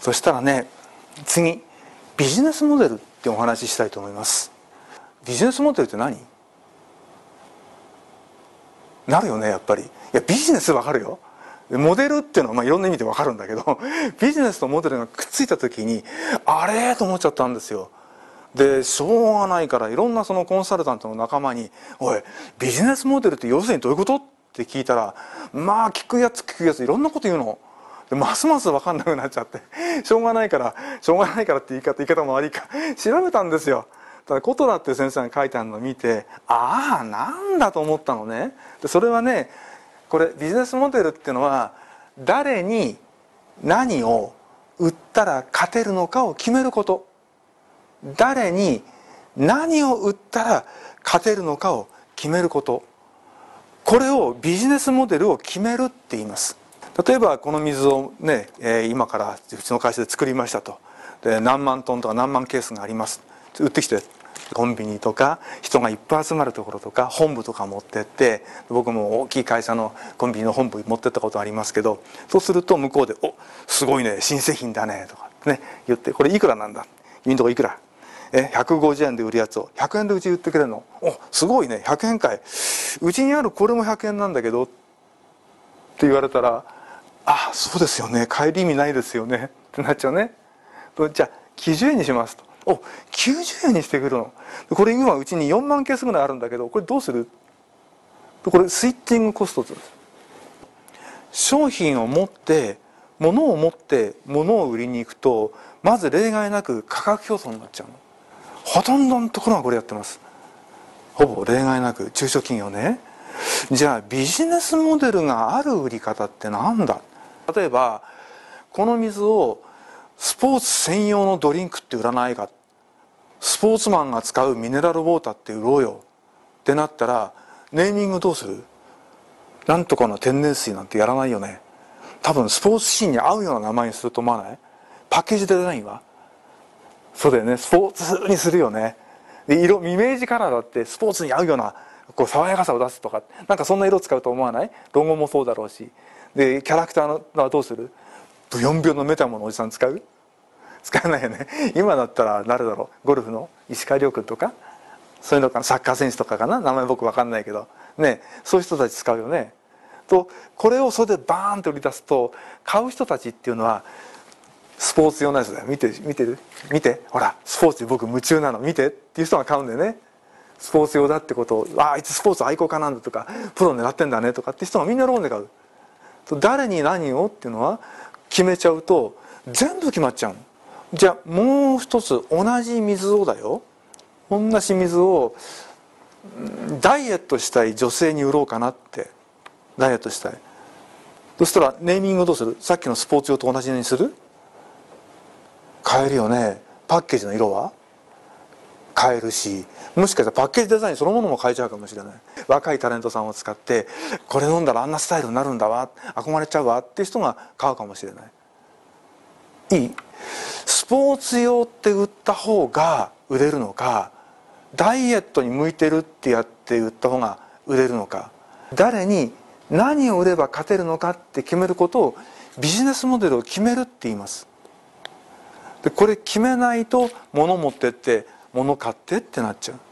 そしたらね、次ビジネスモデルってお話ししたいと思います。ビジネスモデルって何？なるよね、やっぱり。いや、ビジネスわかるよ。モデルっていうのは、いろんな意味でわかるんだけど、ビジネスとモデルがくっついた時にあれと思っちゃったんですよ。でしょうがないからいろんなそのコンサルタントの仲間に「おい、ビジネスモデルって要するにどういうこと？」って聞いたら、聞くやついろんなこと言うの。でますます分かんなくなっちゃってしょうがないからって言い方も悪いか調べたんですよ。ただコトラっていう先生が書いてあるのを見て、ああなんだと思ったのね。でそれはね、これビジネスモデルっていうのは誰に何を売ったら勝てるのかを決めること、誰に何を売ったら勝てるのかを決めること、これをビジネスモデルを決めるって言います。例えばこの水をね、今からうちの会社で作りましたと。で何万トンとか何万ケースがあります、売ってきて、コンビニとか人がいっぱい集まるところとか本部とか持ってって、僕も大きい会社のコンビニの本部持ってったことありますけど、そうすると向こうで「お、すごいね、新製品だね」とかね言って、これいくらなんだ、君んとこいくら、150円で売るやつを100円でうち売ってくれるの。お、すごいね、100円かい、うちにあるこれも100円なんだけどって言われたら、あ、そうですよね、帰り意味ないですよねってなっちゃうね。じゃあ90円にしますと。お、90円にしてくるの。これ今うちに4万ケースぐらいあるんだけど、これどうする？これスイッチングコストです。商品を持って物を売りに行くと、まず例外なく価格競争になっちゃうの。ほとんどのところがこれやってます。ほぼ例外なく中小企業ね。じゃあビジネスモデルがある売り方ってなんだ。例えばこの水をスポーツ専用のドリンクって売らないか、スポーツマンが使うミネラルウォーターって売ろうよってなったら、ネーミングどうする？なんとかの天然水なんてやらないよね。多分スポーツシーンに合うような名前にすると思わない？パッケージデザインはそうだよね、スポーツにするよね。でイメージカラーだってスポーツに合うようなこう爽やかさを出すとか、なんかそんな色使うと思わない？ロゴもそうだろうし。でキャラクターはどうする？ブヨンブヨンのメタモのおじさん使う？使わないよね。今だったら誰だろう、ゴルフの石川遼君とかそういうのかな、サッカー選手とかかな、名前僕分かんないけどね、そういう人たち使うよね。とこれをそれでバーンと売り出すと、買う人たちっていうのはスポーツ用のやつだよ、見てほらスポーツに僕夢中なの見てっていう人が買うんだよね。スポーツ用だってことを、あいつスポーツ愛好家なんだとかプロ狙ってんだねとかって人がみんな喜んで買う。誰に何をっていうのは決めちゃうと全部決まっちゃうの。じゃあもう一つ、同じ水をだよ、同じ水をダイエットしたい女性に売ろうかなって、ダイエットしたい。そしたらネーミングをどうする？さっきのスポーツ用と同じにする？変えるよね。パッケージの色は変えるし、もしかしたらパッケージデザインそのものも変えちゃうかもしれない。若いタレントさんを使ってこれ飲んだらあんなスタイルになるんだわ、憧れちゃうわっていう人が買うかもしれない。いい？スポーツ用って売った方が売れるのか、ダイエットに向いてるってやって売った方が売れるのか、誰に何を売れば勝てるのかって決めることをビジネスモデルを決めるって言います。でこれ決めないと物持ってって物買ってってなっちゃう。